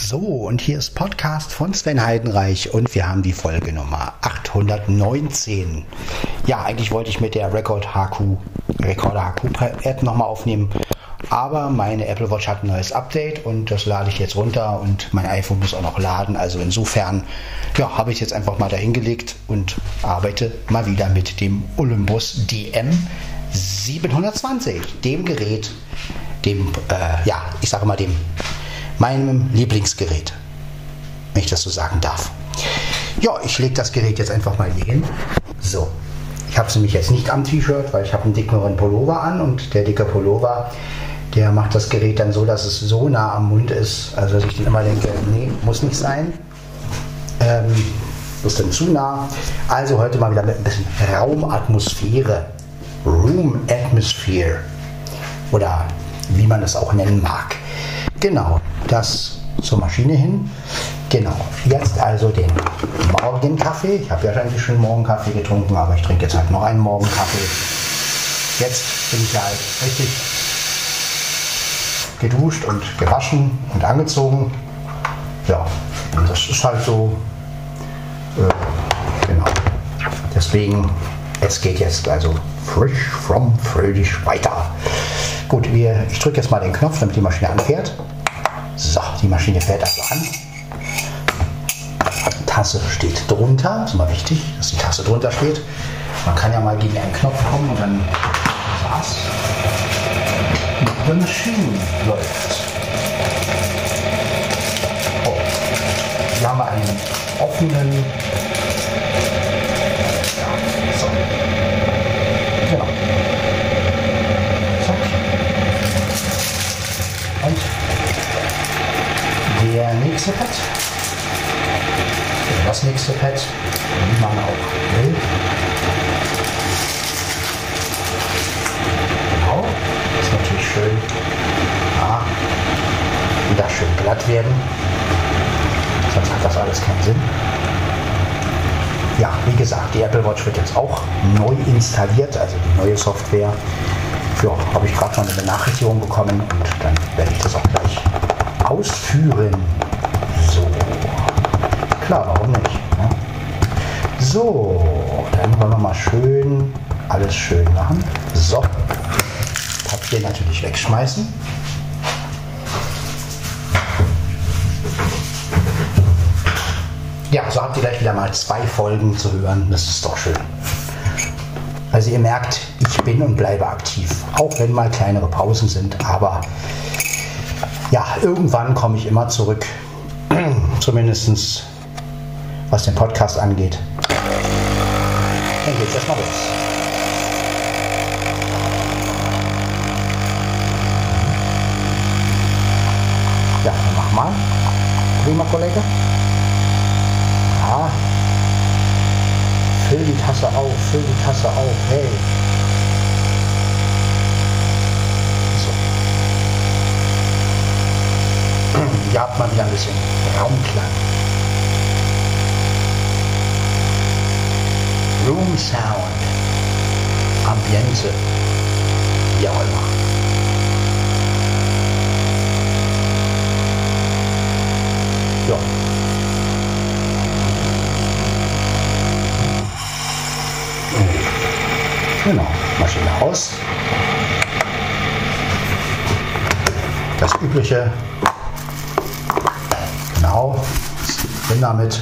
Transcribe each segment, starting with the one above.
So, und hier ist Podcast von Sven Heidenreich und wir haben die Folge Nummer 819. Ja, eigentlich wollte ich mit der Recorder HQ App nochmal aufnehmen, aber meine Apple Watch hat ein neues Update und das lade ich jetzt runter und mein iPhone muss auch noch laden. Also insofern habe ich es jetzt einfach mal dahingelegt und arbeite mal wieder mit dem Olympus DM 720, dem Gerät, meinem Lieblingsgerät, wenn ich das so sagen darf. Ja, ich lege das Gerät jetzt einfach mal hier hin. So, ich habe es nämlich jetzt nicht am T-Shirt, weil ich habe einen dickeren Pullover an und der dicke Pullover, der macht das Gerät dann so, dass es so nah am Mund ist, also dass ich dann immer denke, nee, muss nicht sein. Ist dann zu nah. Also heute mal wieder mit ein bisschen Raumatmosphäre, Room Atmosphere oder wie man das auch nennen mag. Genau, das zur Maschine hin. Genau, jetzt also den Morgenkaffee. Ich habe ja eigentlich schon Morgenkaffee getrunken, aber ich trinke jetzt halt noch einen Morgenkaffee. Jetzt bin ich ja halt richtig geduscht und gewaschen und angezogen. Ja, und das ist halt so. Genau. Deswegen, es geht jetzt also frisch from fröhlich weiter. Gut, ich drücke jetzt mal den Knopf, damit die Maschine anfährt. So, die Maschine fährt also an. Die Tasse steht drunter. Das ist immer wichtig, dass die Tasse drunter steht. Man kann ja mal gegen einen Knopf kommen und dann was? The Machine läuft. Oh, hier haben wir einen offenen. So. Genau. Und der nächste Pad, oder das nächste Pad, wie man auch will. Genau, das ist natürlich schön. Wieder schön glatt werden, sonst hat das alles keinen Sinn. Ja, wie gesagt, die Apple Watch wird jetzt auch neu installiert, also die neue Software. Ja, habe ich gerade schon eine Benachrichtigung bekommen und dann werde ich das auch gleich ausführen. So, klar, warum nicht? Ne? So, dann wollen wir mal schön alles schön machen. So, Papier natürlich wegschmeißen. Ja, so habt ihr gleich wieder mal 2 Folgen zu hören. Das ist doch schön. Also ihr merkt, ich bin und bleibe aktiv, auch wenn mal kleinere Pausen sind, aber ja, irgendwann komme ich immer zurück, zumindest was den Podcast angeht. Dann geht's erstmal los. Ja, dann mach mal. Prima, Kollege. Ja. Füll die Tasse auf, hey. So. Hier hat man wieder ein bisschen Raumklang. Room Sound. Ambiente. Wie auch immer. Ja. Genau, Maschine aus. Das Übliche. Genau, bin damit.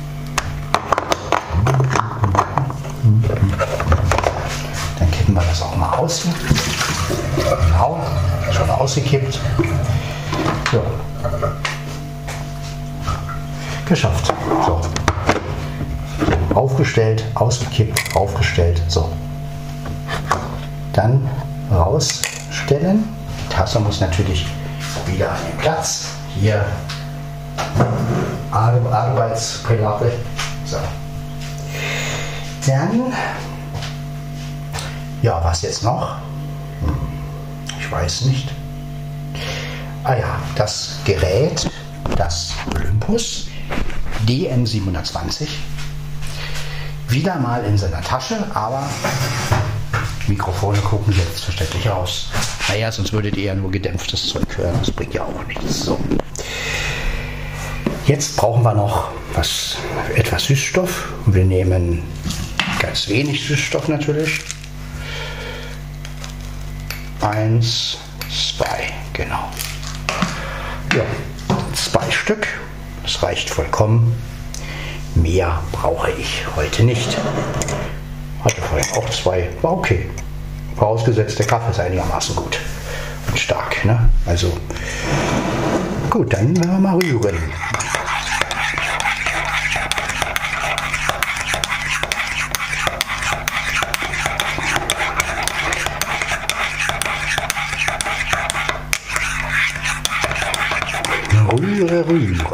Dann kippen wir das auch mal aus. Genau, schon ausgekippt. Ja. Geschafft. So. Aufgestellt, ausgekippt, aufgestellt. So. Dann rausstellen. Die Tasse muss natürlich wieder an den Platz. Hier Arbeitsprälate. So. Dann, ja, was jetzt noch? Ich weiß nicht. Ah ja, das Gerät, das Olympus DM 720, wieder mal in seiner Tasche, aber Mikrofone gucken selbstverständlich aus. Naja, sonst würdet ihr ja nur gedämpftes Zeug hören, das bringt ja auch nichts. So. Jetzt brauchen wir noch etwas Süßstoff. Wir nehmen ganz wenig Süßstoff natürlich. 1, 2, genau. Ja, 2 Stück. Das reicht vollkommen. Mehr brauche ich heute nicht. Hatte vorhin auch 2, war okay. Vorausgesetzt, der Kaffee ist einigermaßen gut und stark. Ne? Also gut, dann werden wir mal rühren. Rühre, rühre.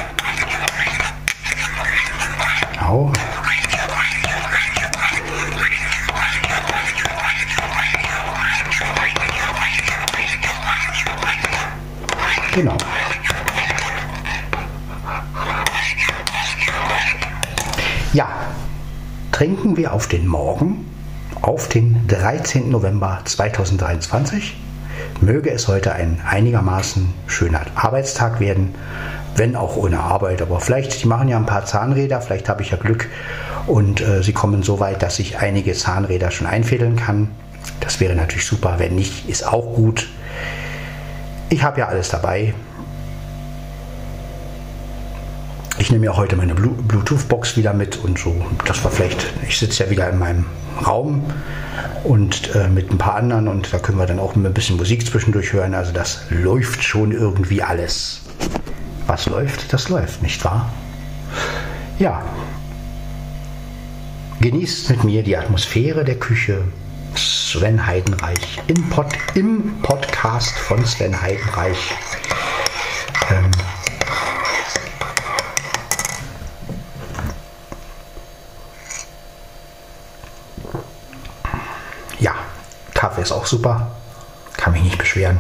Genau. Genau. Ja, trinken wir auf den Morgen, auf den 13. November 2023. Möge es heute ein einigermaßen schöner Arbeitstag werden, wenn auch ohne Arbeit. Aber vielleicht, die machen ja ein paar Zahnräder, vielleicht habe ich ja Glück und sie kommen so weit, dass ich einige Zahnräder schon einfädeln kann. Das wäre natürlich super, wenn nicht, ist auch gut. Ich habe ja alles dabei. Ich nehme ja heute meine Bluetooth-Box wieder mit und so. Das war vielleicht, ich sitze ja wieder in meinem Raum und mit ein paar anderen und da können wir dann auch ein bisschen Musik zwischendurch hören. Also das läuft schon irgendwie alles. Was läuft, das läuft, nicht wahr? Ja. Genießt mit mir die Atmosphäre der Küche. Sven Heidenreich im Podcast von Sven Heidenreich. Ja, Kaffee ist auch super. Kann mich nicht beschweren.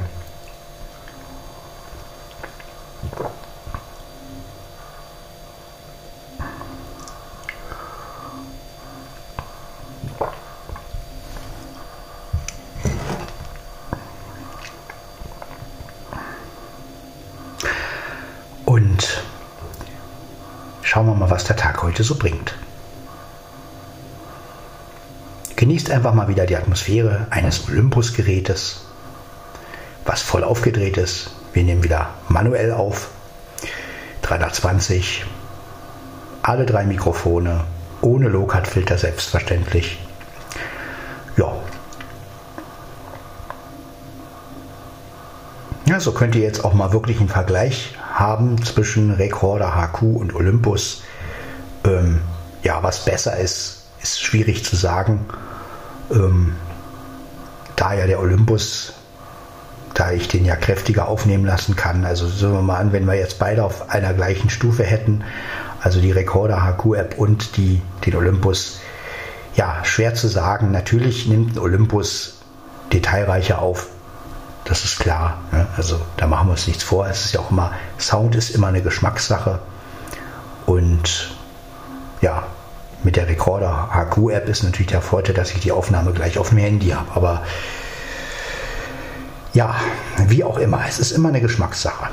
Und schauen wir mal, was der Tag heute so bringt. Genießt einfach mal wieder die Atmosphäre eines Olympus-Gerätes, was voll aufgedreht ist. Wir nehmen wieder manuell auf. 320, alle 3 Mikrofone, ohne Low-Cut-Filter selbstverständlich. Ja, so könnt ihr jetzt auch mal wirklich einen Vergleich haben zwischen Recorder HQ und Olympus. Ja, was besser ist, ist schwierig zu sagen. Da ja der Olympus, da ich den ja kräftiger aufnehmen lassen kann, also sagen wir mal an, wenn wir jetzt beide auf einer gleichen Stufe hätten, also die Recorder HQ App und den Olympus, ja, schwer zu sagen. Natürlich nimmt ein Olympus detailreicher auf, das ist klar, ne? Also da machen wir uns nichts vor. Es ist ja auch immer, Sound ist immer eine Geschmackssache und ja, mit der Recorder HQ App ist natürlich der Vorteil, dass ich die Aufnahme gleich auf dem Handy habe, aber ja, wie auch immer, es ist immer eine Geschmackssache.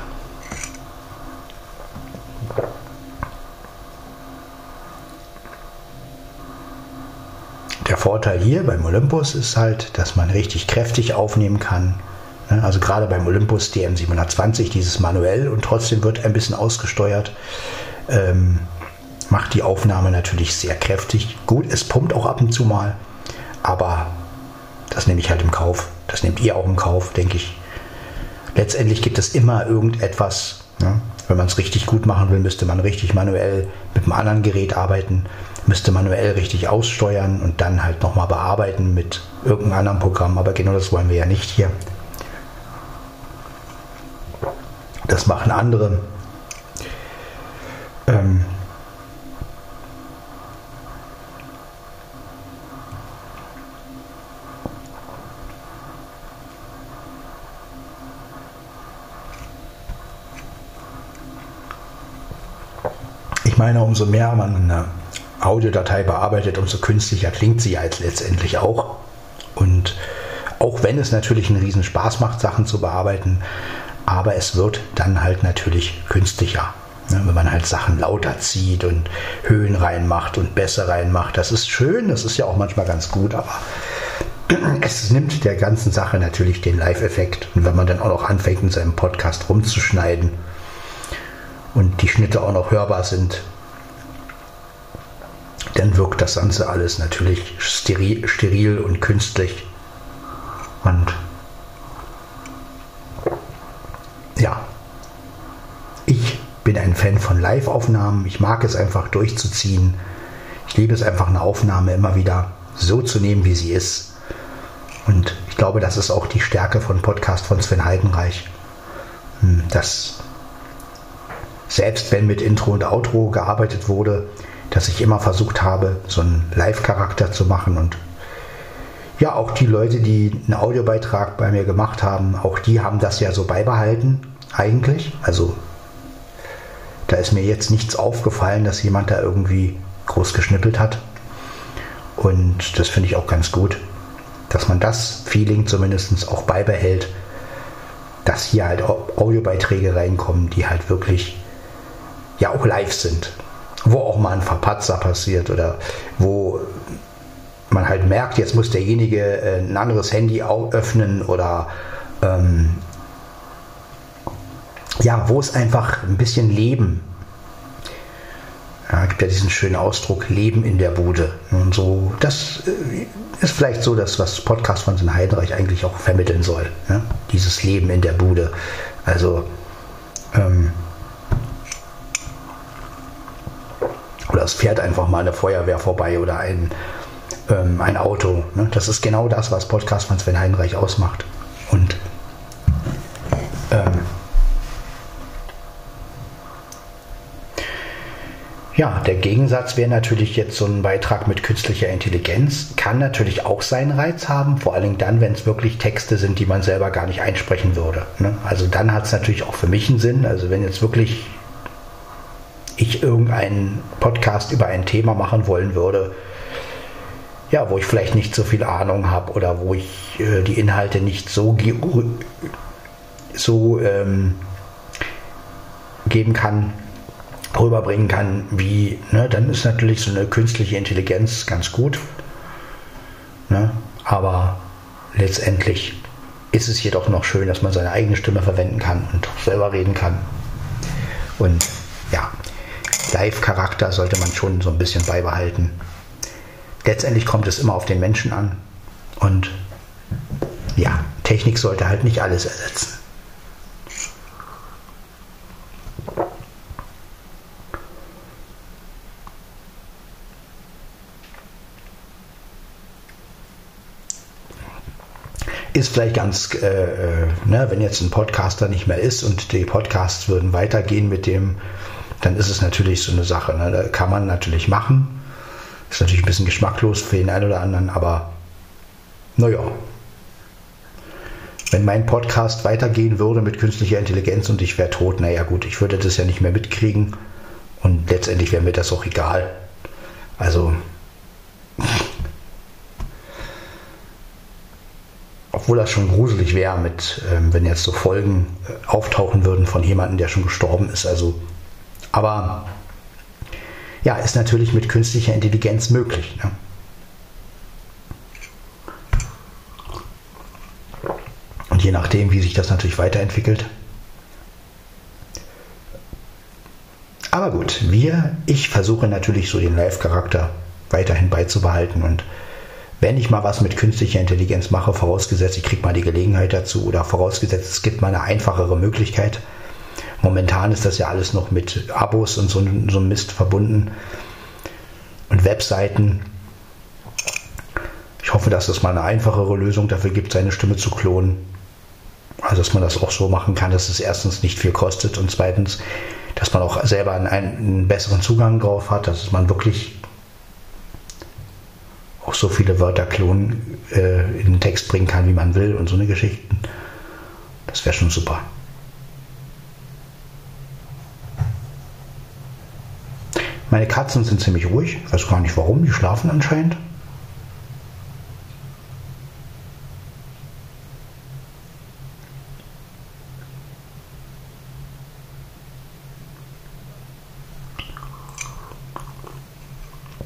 Der Vorteil hier beim Olympus ist halt, dass man richtig kräftig aufnehmen kann. Also gerade beim Olympus DM720, dieses manuell und trotzdem wird ein bisschen ausgesteuert, macht die Aufnahme natürlich sehr kräftig. Gut, es pumpt auch ab und zu mal, aber das nehme ich halt im Kauf. Das nehmt ihr auch im Kauf, denke ich. Letztendlich gibt es immer irgendetwas. Ne? Wenn man es richtig gut machen will, müsste man richtig manuell mit einem anderen Gerät arbeiten, müsste manuell richtig aussteuern und dann halt nochmal bearbeiten mit irgendeinem anderen Programm. Aber genau das wollen wir ja nicht hier. Das machen andere. Ich meine, umso mehr man eine Audiodatei bearbeitet, umso künstlicher klingt sie halt letztendlich auch. Und auch wenn es natürlich einen riesen Spaß macht, Sachen zu bearbeiten, aber es wird dann halt natürlich künstlicher. Ne, wenn man halt Sachen lauter zieht und Höhen reinmacht und Bässe reinmacht, das ist schön, das ist ja auch manchmal ganz gut, aber es nimmt der ganzen Sache natürlich den Live-Effekt. Und wenn man dann auch noch anfängt, in seinem Podcast rumzuschneiden und die Schnitte auch noch hörbar sind, dann wirkt das Ganze alles natürlich steril und künstlich. Und ja, ich bin ein Fan von Live-Aufnahmen. Ich mag es einfach durchzuziehen. Ich liebe es einfach, eine Aufnahme immer wieder so zu nehmen, wie sie ist. Und ich glaube, das ist auch die Stärke von Podcast von Sven Heidenreich. Dass selbst wenn mit Intro und Outro gearbeitet wurde, dass ich immer versucht habe, so einen Live-Charakter zu machen. Und ja, auch die Leute, die einen Audiobeitrag bei mir gemacht haben, auch die haben das ja so beibehalten, eigentlich. Also da ist mir jetzt nichts aufgefallen, dass jemand da irgendwie groß geschnippelt hat. Und das finde ich auch ganz gut, dass man das Feeling zumindest auch beibehält, dass hier halt Audiobeiträge reinkommen, die halt wirklich ja auch live sind. Wo auch mal ein Verpatzer passiert oder wo man halt merkt, jetzt muss derjenige ein anderes Handy öffnen oder ja, wo es einfach ein bisschen Leben. Ja, gibt ja diesen schönen Ausdruck, Leben in der Bude. Und so, das ist vielleicht so das, was Podcast von Sven Heidenreich eigentlich auch vermitteln soll. Ne? Dieses Leben in der Bude. Also, oder es fährt einfach mal eine Feuerwehr vorbei oder ein Auto. Ne? Das ist genau das, was Podcast von Sven Heidenreich ausmacht. Und ja, der Gegensatz wäre natürlich jetzt so ein Beitrag mit künstlicher Intelligenz. Kann natürlich auch seinen Reiz haben, vor allem dann, wenn es wirklich Texte sind, die man selber gar nicht einsprechen würde. Ne? Also dann hat es natürlich auch für mich einen Sinn. Also wenn jetzt wirklich ich irgendeinen Podcast über ein Thema machen wollen würde, ja, wo ich vielleicht nicht so viel Ahnung habe oder wo ich die Inhalte nicht so geben kann, rüberbringen kann, wie, ne, dann ist natürlich so eine künstliche Intelligenz ganz gut. Ne? Aber letztendlich ist es jedoch noch schön, dass man seine eigene Stimme verwenden kann und selber reden kann. Und ja, Live-Charakter sollte man schon so ein bisschen beibehalten. Letztendlich kommt es immer auf den Menschen an. Und ja, Technik sollte halt nicht alles ersetzen. Ist vielleicht ganz, ne, wenn jetzt ein Podcaster nicht mehr ist und die Podcasts würden weitergehen mit dem, dann ist es natürlich so eine Sache. Ne? Da kann man natürlich machen. Ist natürlich ein bisschen geschmacklos für den einen oder anderen, aber naja. Wenn mein Podcast weitergehen würde mit künstlicher Intelligenz und ich wäre tot, naja gut, ich würde das ja nicht mehr mitkriegen und letztendlich wäre mir das auch egal. Also obwohl das schon gruselig wäre, wenn jetzt so Folgen auftauchen würden von jemandem, der schon gestorben ist. Also, aber ja, ist natürlich mit künstlicher Intelligenz möglich. Ne? Und je nachdem, wie sich das natürlich weiterentwickelt. Aber gut, ich versuche natürlich so den Live-Charakter weiterhin beizubehalten und wenn ich mal was mit künstlicher Intelligenz mache, vorausgesetzt, ich kriege mal die Gelegenheit dazu oder vorausgesetzt, es gibt mal eine einfachere Möglichkeit. Momentan ist das ja alles noch mit Abos und so einem Mist verbunden und Webseiten. Ich hoffe, dass es mal eine einfachere Lösung dafür gibt, seine Stimme zu klonen. Also, dass man das auch so machen kann, dass es erstens nicht viel kostet und zweitens, dass man auch selber einen besseren Zugang drauf hat, dass man wirklich auch so viele Wörter klonen in den Text bringen kann, wie man will und so eine Geschichten. Das wäre schon super. Meine Katzen sind ziemlich ruhig. Ich weiß gar nicht warum. Die schlafen anscheinend.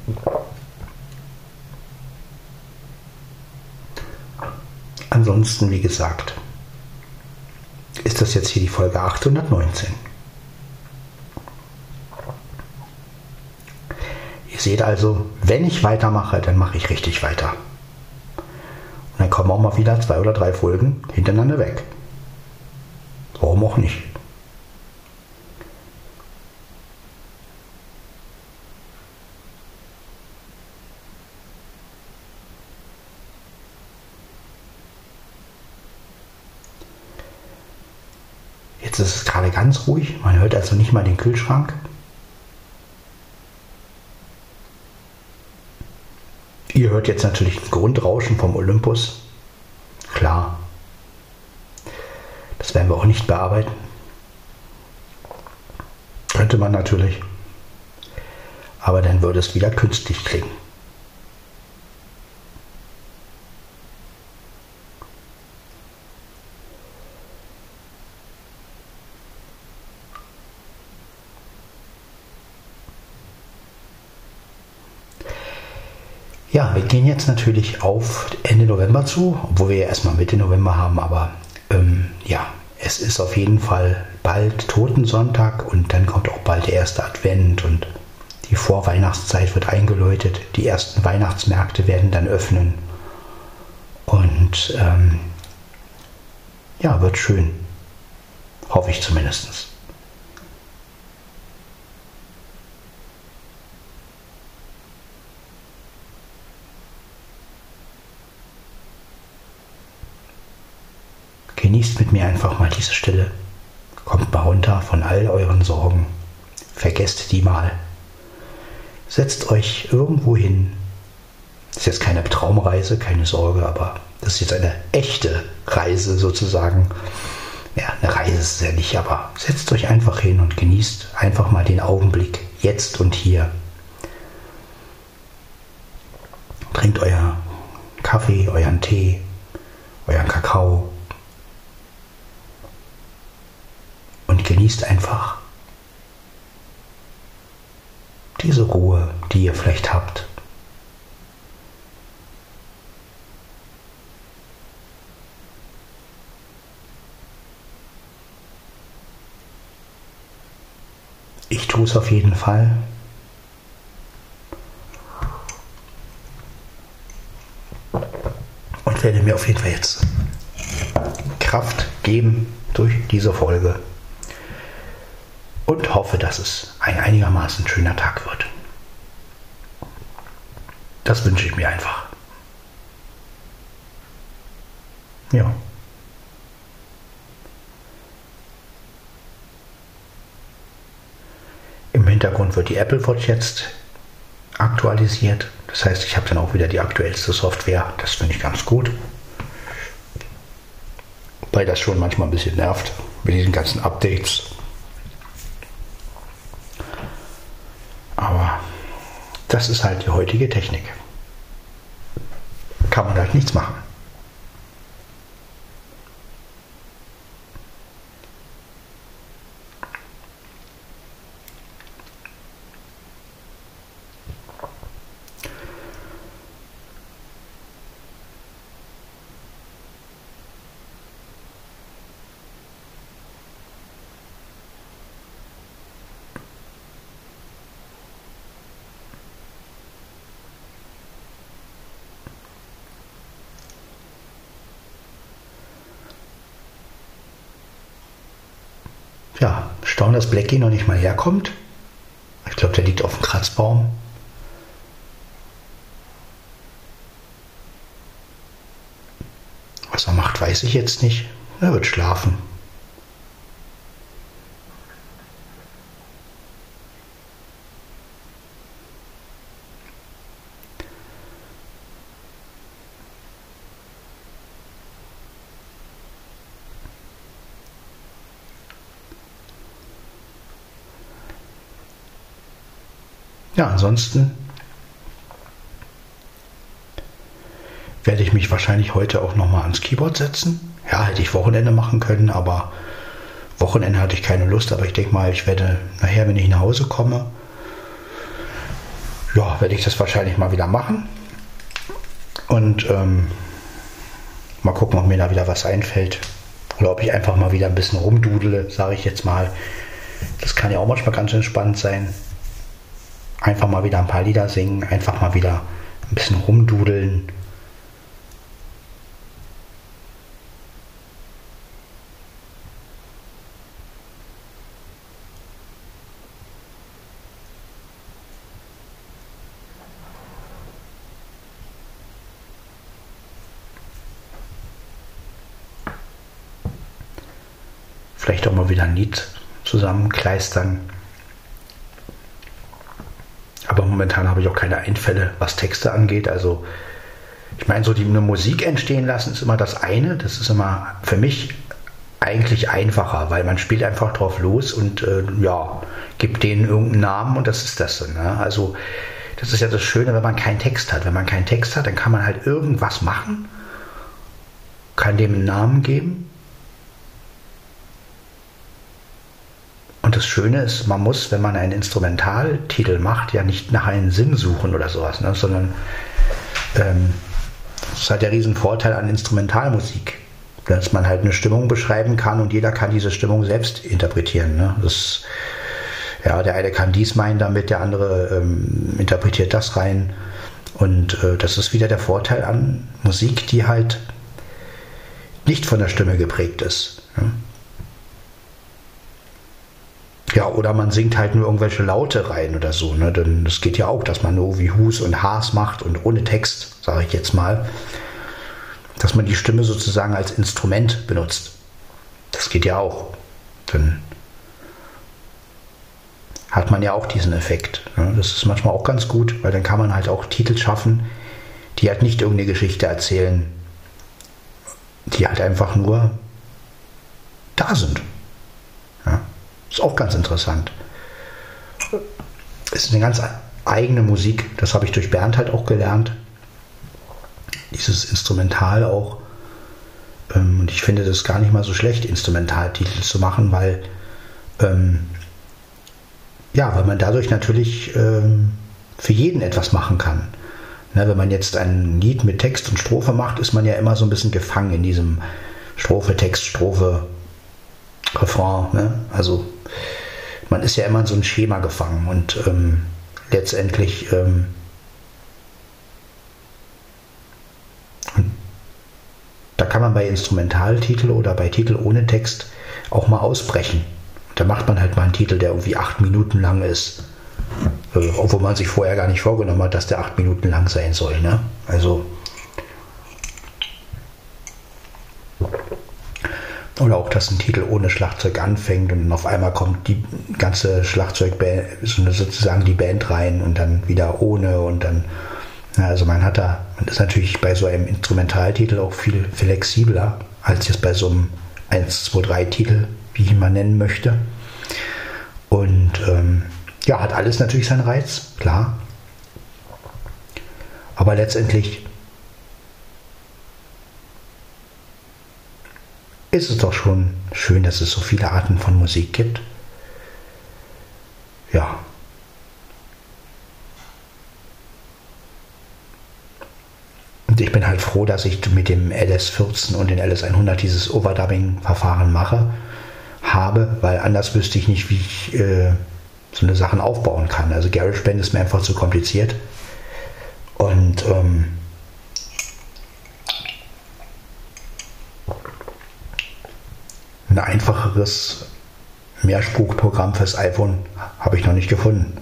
Ansonsten, wie gesagt, ist das jetzt hier die Folge 819. Ihr seht also, wenn ich weitermache, dann mache ich richtig weiter. Und dann kommen auch mal wieder 2 oder 3 Folgen hintereinander weg. Warum auch nicht? Jetzt ist es gerade ganz ruhig. Man hört also nicht mal den Kühlschrank. Ihr hört jetzt natürlich ein Grundrauschen vom Olympus. Klar. Das werden wir auch nicht bearbeiten. Könnte man natürlich. Aber dann würde es wieder künstlich klingen. Ja, wir gehen jetzt natürlich auf Ende November zu, obwohl wir ja erstmal Mitte November haben, aber ja, es ist auf jeden Fall bald Totensonntag und dann kommt auch bald der erste Advent und die Vorweihnachtszeit wird eingeläutet, die ersten Weihnachtsmärkte werden dann öffnen und ja, wird schön, hoffe ich zumindest. Genießt mit mir einfach mal diese Stille. Kommt mal runter von all euren Sorgen. Vergesst die mal. Setzt euch irgendwo hin. Das ist jetzt keine Traumreise, keine Sorge, aber das ist jetzt eine echte Reise sozusagen. Ja, eine Reise ist es ja nicht, aber setzt euch einfach hin und genießt einfach mal den Augenblick, jetzt und hier. Trinkt euer Kaffee, euren Tee, euren Kakao. Und genießt einfach diese Ruhe, die ihr vielleicht habt. Ich tue es auf jeden Fall. Und werde mir auf jeden Fall jetzt Kraft geben durch diese Folge. Und hoffe, dass es ein einigermaßen schöner Tag wird. Das wünsche ich mir einfach. Ja. Im Hintergrund wird die Apple Watch jetzt aktualisiert. Das heißt, ich habe dann auch wieder die aktuellste Software. Das finde ich ganz gut. Wobei das schon manchmal ein bisschen nervt mit diesen ganzen Updates. Aber das ist halt die heutige Technik. Kann man halt nichts machen. Ja, staun, dass Blackie noch nicht mal herkommt. Ich glaube, der liegt auf dem Kratzbaum. Was er macht, weiß ich jetzt nicht. Er wird schlafen. Ja, ansonsten werde ich mich wahrscheinlich heute auch nochmal ans Keyboard setzen. Ja, hätte ich Wochenende machen können, aber Wochenende hatte ich keine Lust. Aber ich denke mal, ich werde nachher, wenn ich nach Hause komme, ja, ja, werde ich das wahrscheinlich mal wieder machen. Und mal gucken, ob mir da wieder was einfällt. Oder ob ich einfach mal wieder ein bisschen rumdudele, sage ich jetzt mal. Das kann ja auch manchmal ganz entspannt sein. Einfach mal wieder ein paar Lieder singen, einfach mal wieder ein bisschen rumdudeln. Vielleicht auch mal wieder ein Lied zusammenkleistern. Aber momentan habe ich auch keine Einfälle, was Texte angeht. Also ich meine, so eine Musik entstehen lassen ist immer das eine. Das ist immer für mich eigentlich einfacher, weil man spielt einfach drauf los und ja, gibt denen irgendeinen Namen und das ist das. Ne? Also das ist ja das Schöne, wenn man keinen Text hat. Wenn man keinen Text hat, dann kann man halt irgendwas machen, kann dem einen Namen geben. Und das Schöne ist, man muss, wenn man einen Instrumentaltitel macht, ja nicht nach einem Sinn suchen oder sowas, ne? Sondern das hat der riesen Vorteil an Instrumentalmusik, dass man halt eine Stimmung beschreiben kann und jeder kann diese Stimmung selbst interpretieren. Ne? Ja, der eine kann dies meinen damit, der andere interpretiert das rein. Und das ist wieder der Vorteil an Musik, die halt nicht von der Stimme geprägt ist. Ne? Ja, oder man singt halt nur irgendwelche Laute rein oder so. Ne? Denn das geht ja auch, dass man nur wie Hus und Ha's macht und ohne Text, sage ich jetzt mal, dass man die Stimme sozusagen als Instrument benutzt. Das geht ja auch. Dann hat man ja auch diesen Effekt. Ne? Das ist manchmal auch ganz gut, weil dann kann man halt auch Titel schaffen, die halt nicht irgendeine Geschichte erzählen, die halt einfach nur da sind. Ja? Ist auch ganz interessant. Es ist eine ganz eigene Musik. Das habe ich durch Bernd halt auch gelernt. Dieses Instrumental auch. Und ich finde das gar nicht mal so schlecht, Instrumentaltitel zu machen, weil weil man dadurch natürlich für jeden etwas machen kann. Ne, wenn man jetzt ein Lied mit Text und Strophe macht, ist man ja immer so ein bisschen gefangen in diesem Strophe, Text, Strophe, Refrain. Ne? Also man ist ja immer in so ein Schema gefangen und letztendlich da kann man bei Instrumentaltitel oder bei Titel ohne Text auch mal ausbrechen. Da macht man halt mal einen Titel, der irgendwie 8 Minuten lang ist. Obwohl man sich vorher gar nicht vorgenommen hat, dass der 8 Minuten lang sein soll. Ne? Also oder auch, dass ein Titel ohne Schlagzeug anfängt und auf einmal kommt die ganze Schlagzeugband, sozusagen die Band rein und dann wieder ohne und dann, also man ist natürlich bei so einem Instrumentaltitel auch viel flexibler als jetzt bei so einem 1, 2, 3 Titel, wie ich ihn mal nennen möchte. Und hat alles natürlich seinen Reiz, klar. Aber letztendlich ist es doch schon schön, dass es so viele Arten von Musik gibt. Ja. Und ich bin halt froh, dass ich mit dem LS14 und den LS100 dieses Overdubbing-Verfahren habe, weil anders wüsste ich nicht, wie ich so eine Sachen aufbauen kann. Also GarageBand ist mir einfach zu kompliziert. Und ein einfacheres Mehrspruchprogramm fürs iPhone habe ich noch nicht gefunden.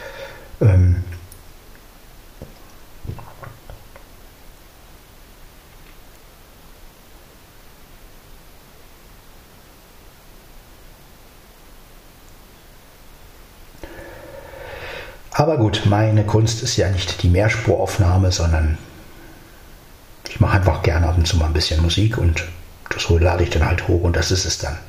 Aber gut, meine Kunst ist ja nicht die Mehrspuraufnahme, sondern ich mache einfach gerne ab und zu mal ein bisschen Musik und das lade ich dann halt hoch und das ist es dann.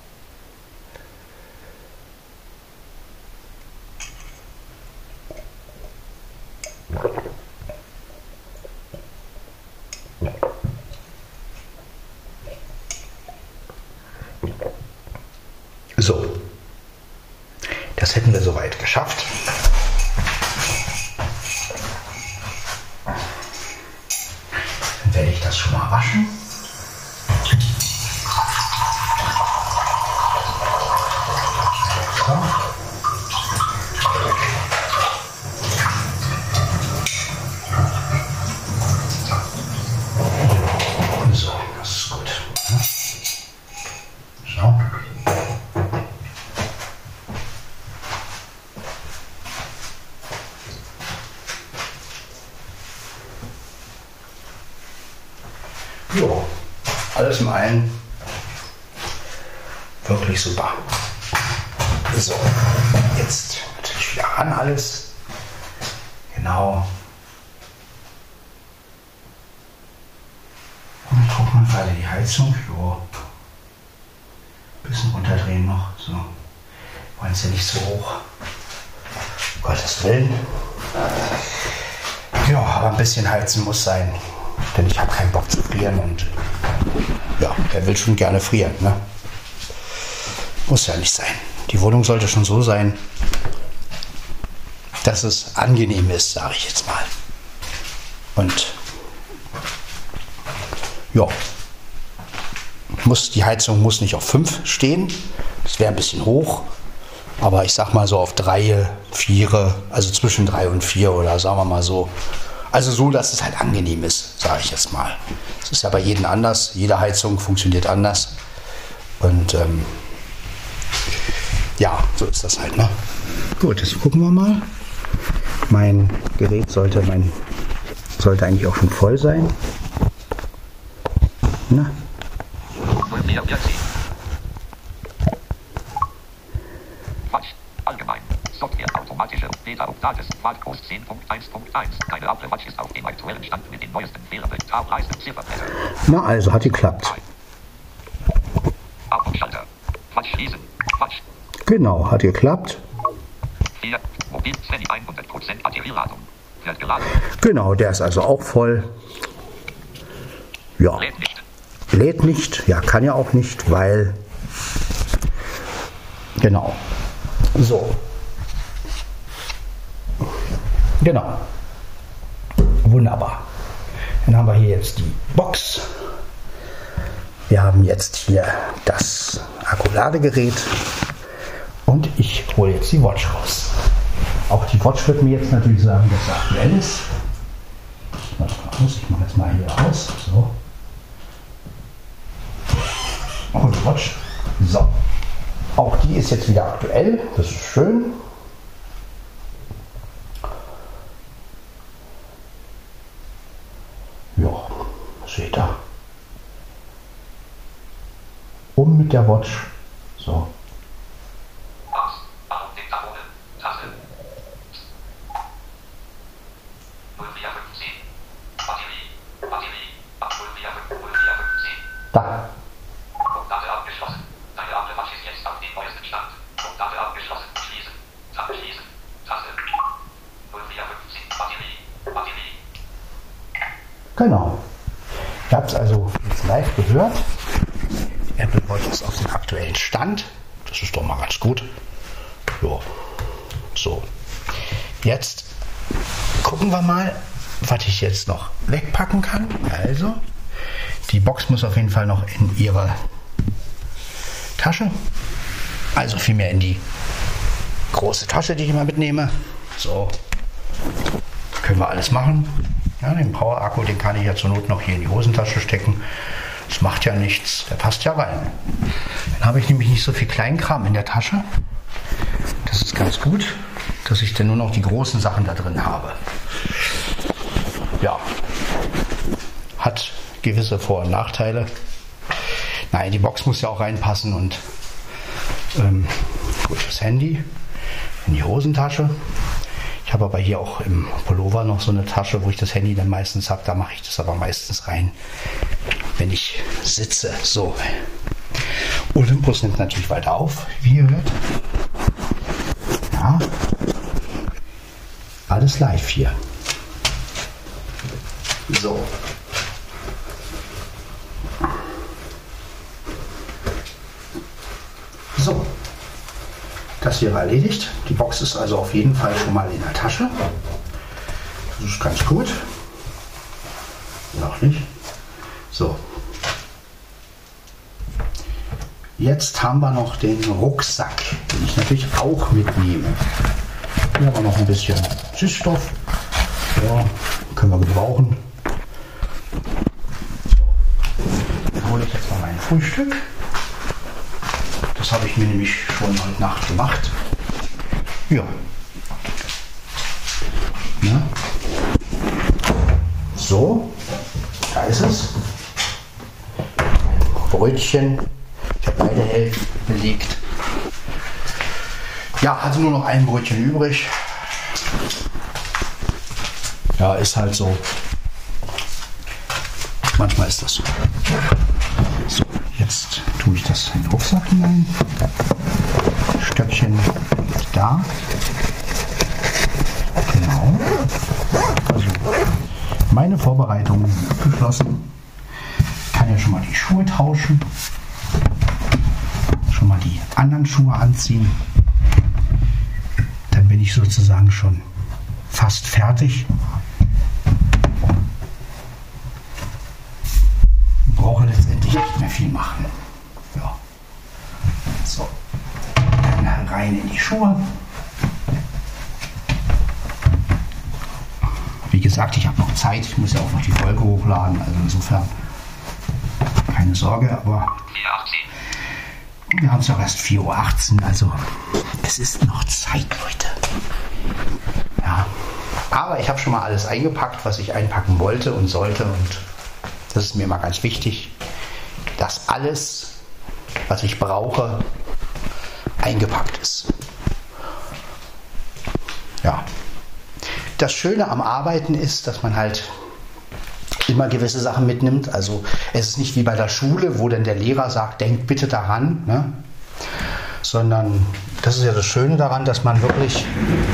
So, das hätten wir soweit geschafft. das schon mal waschen. So. So, das ist gut. So. Jo, alles im Allen wirklich super. So, jetzt natürlich wieder ran alles. Genau. Und guck mal gerade die Heizung. Jo. Bisschen runterdrehen noch. So. Wollen es ja nicht so hoch. Um Gottes Willen. Ja, aber ein bisschen heizen muss sein. Denn ich habe keinen Bock zu frieren und ja, wer will schon gerne frieren, ne? Muss ja nicht sein. Die Wohnung sollte schon so sein, dass es angenehm ist, sage ich jetzt mal. Und ja, die Heizung muss nicht auf 5 stehen. Das wäre ein bisschen hoch. Aber ich sag mal so auf 3, 4, also zwischen 3 und 4 oder sagen wir mal so. Also so, dass es halt angenehm ist, sage ich jetzt mal. Es ist ja bei jedem anders. Jede Heizung funktioniert anders. Und ja, so ist das halt, ne? Gut, jetzt gucken wir mal. Mein Gerät sollte eigentlich auch schon voll sein. Na? Allgemein. Software automatische Beta Updates Wartgroß 10.1.1. Deine Apple Watch ist auf dem aktuellen Stand mit den neuesten Fehlern. Tableisten Zifferblätter. Na also, hat geklappt. Abschalter. Watch schließen. Watch. Genau, hat geklappt. 4. Mobil Handy 100% Batterieladung. Wird geladen. Genau, der ist also auch voll. Ja. Lädt nicht. Lädt nicht. Ja, kann ja auch nicht, weil... Genau. So. Genau. Wunderbar. Dann haben wir hier jetzt die Box. Wir haben jetzt hier das Akkuladegerät. Und ich hole jetzt die Watch raus. Auch die Watch wird mir jetzt natürlich sagen, dass sie aktuell ist. Ich mache jetzt mal hier aus. So. Und die Watch. So. Auch die ist jetzt wieder aktuell. Das ist schön. Ja, steht da. Um mit der Watch. So. Da. Kontakte abgeschlossen. Deine Apple Watch ist jetzt auf dem neuesten Stand. Kontakte abgeschlossen. Schließen. Taste schließen. Taste. 0415. Batterie. Genau. Ihr habt es also jetzt live gehört. Die Apple Watch ist auf dem aktuellen Stand. Das ist doch mal ganz gut. Ja. So. Jetzt gucken wir mal, was ich jetzt noch wegpacken kann. Also, die Box muss auf jeden Fall noch in ihre Tasche. Also vielmehr in die große Tasche, die ich immer mitnehme. So. Können wir alles machen. Ja, den Power-Akku, den kann ich ja zur Not noch hier in die Hosentasche stecken. Das macht ja nichts. Der passt ja rein. Dann habe ich nämlich nicht so viel Kleinkram in der Tasche. Das ist ganz gut, dass ich dann nur noch die großen Sachen da drin habe. Ja. Hat gewisse Vor- und Nachteile. Nein, die Box muss ja auch reinpassen und gut, das Handy in die Hosentasche. Ich habe aber hier auch im Pullover noch so eine Tasche, wo ich das Handy dann meistens habe. Da mache ich das aber meistens rein, wenn ich sitze. So. Olympus nimmt natürlich weiter auf, wie ihr hört. Ja. Alles live hier. So. So, das hier war erledigt. Die Box ist also auf jeden Fall schon mal in der Tasche. Das ist ganz gut. Noch nicht. So. Jetzt haben wir noch den Rucksack, den ich natürlich auch mitnehme. Hier haben wir noch ein bisschen Süßstoff. Ja, können wir gebrauchen. Dann hole ich jetzt mal mein Frühstück. Das habe ich mir nämlich schon heute Nacht gemacht. Ja. Ja. So, da ist es. Brötchen. Ich habe beide Hälften belegt. Ja, hatte nur noch ein Brötchen übrig. Ja, ist halt so. Manchmal ist das so. So, jetzt tue ich das in den Rucksack hinein. Stöckchen da. Genau. Also, meine Vorbereitung ist abgeschlossen. Ich kann ja schon mal die Schuhe tauschen. Schon mal die anderen Schuhe anziehen. Dann bin ich sozusagen schon fast fertig. Brauche letztendlich nicht mehr viel machen. Ja. So. Dann rein in die Schuhe. Wie gesagt, ich habe noch Zeit. Ich muss ja auch noch die Folge hochladen. Also insofern keine Sorge. Aber wir haben es ja erst 4:18 Uhr. Also es ist noch Zeit, Leute. Ja. Aber ich habe schon mal alles eingepackt, was ich einpacken wollte und sollte. Und das ist mir immer ganz wichtig, dass alles, was ich brauche, eingepackt ist. Ja. Das Schöne am Arbeiten ist, dass man halt immer gewisse Sachen mitnimmt. Also es ist nicht wie bei der Schule, wo dann der Lehrer sagt, denkt bitte daran, ne? Sondern das ist ja das Schöne daran, dass man wirklich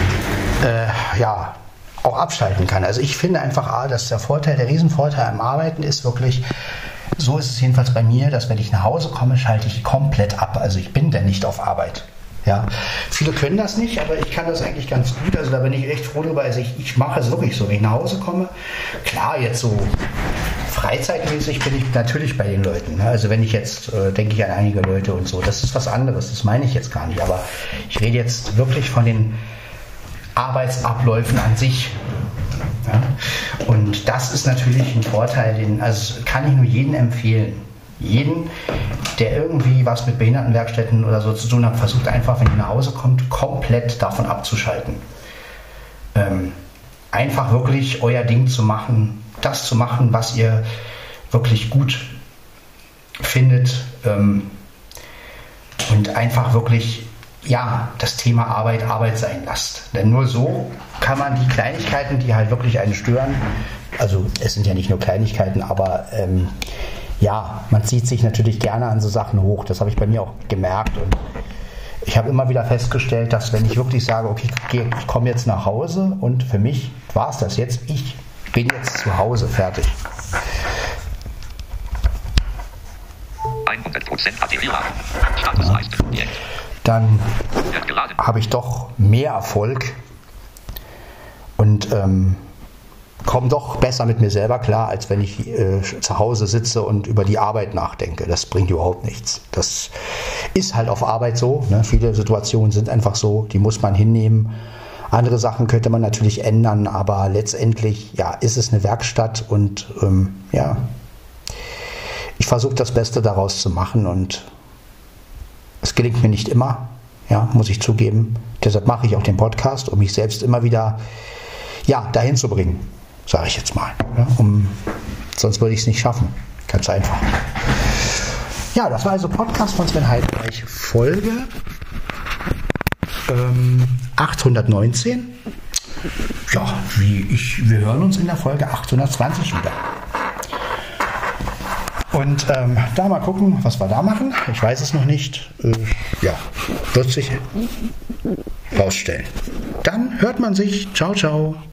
auch abschalten kann. Also ich finde einfach, dass der Riesenvorteil am Arbeiten ist wirklich, so ist es jedenfalls bei mir, dass wenn ich nach Hause komme, schalte ich komplett ab. Also ich bin dann nicht auf Arbeit. Ja, viele können das nicht, aber ich kann das eigentlich ganz gut. Also da bin ich echt froh drüber. Also ich mache es wirklich so, wenn ich nach Hause komme. Klar, jetzt so freizeitmäßig bin ich natürlich bei den Leuten. Ne? Also wenn ich jetzt, denke ich an einige Leute und so. Das ist was anderes, das meine ich jetzt gar nicht. Aber ich rede jetzt wirklich von den Arbeitsabläufen an sich. Ja? Und das ist natürlich ein Vorteil, also kann ich nur jedem empfehlen. Jeden, der irgendwie was mit Behindertenwerkstätten oder so zu tun hat, versucht einfach, wenn ihr nach Hause kommt, komplett davon abzuschalten. Einfach wirklich euer Ding zu machen, das zu machen, was ihr wirklich gut findet und einfach wirklich, ja, das Thema Arbeit sein lasst. Denn nur so kann man die Kleinigkeiten, die halt wirklich einen stören, also es sind ja nicht nur Kleinigkeiten, aber ja, man zieht sich natürlich gerne an so Sachen hoch. Das habe ich bei mir auch gemerkt. Und ich habe immer wieder festgestellt, dass wenn ich wirklich sage, okay, ich komme jetzt nach Hause und für mich war es das jetzt, ich bin jetzt zu Hause, fertig. 100% Batterieladen. Statusleiste. Dann habe ich doch mehr Erfolg und komme doch besser mit mir selber klar, als wenn ich zu Hause sitze und über die Arbeit nachdenke. Das bringt überhaupt nichts. Das ist halt auf Arbeit so. Ne? Viele Situationen sind einfach so, die muss man hinnehmen. Andere Sachen könnte man natürlich ändern, aber letztendlich ja, ist es eine Werkstatt und ich versuche das Beste daraus zu machen und es gelingt mir nicht immer, ja, muss ich zugeben. Deshalb mache ich auch den Podcast, um mich selbst immer wieder dahin zu bringen. Sage ich jetzt mal. Ja, sonst würde ich es nicht schaffen. Ganz einfach. Ja, das war also Podcast von Sven Heidenreich, Folge 819. Ja, wir hören uns in der Folge 820 wieder. Und da mal gucken, was wir da machen. Ich weiß es noch nicht. Wird sich rausstellen. Dann hört man sich. Ciao, ciao.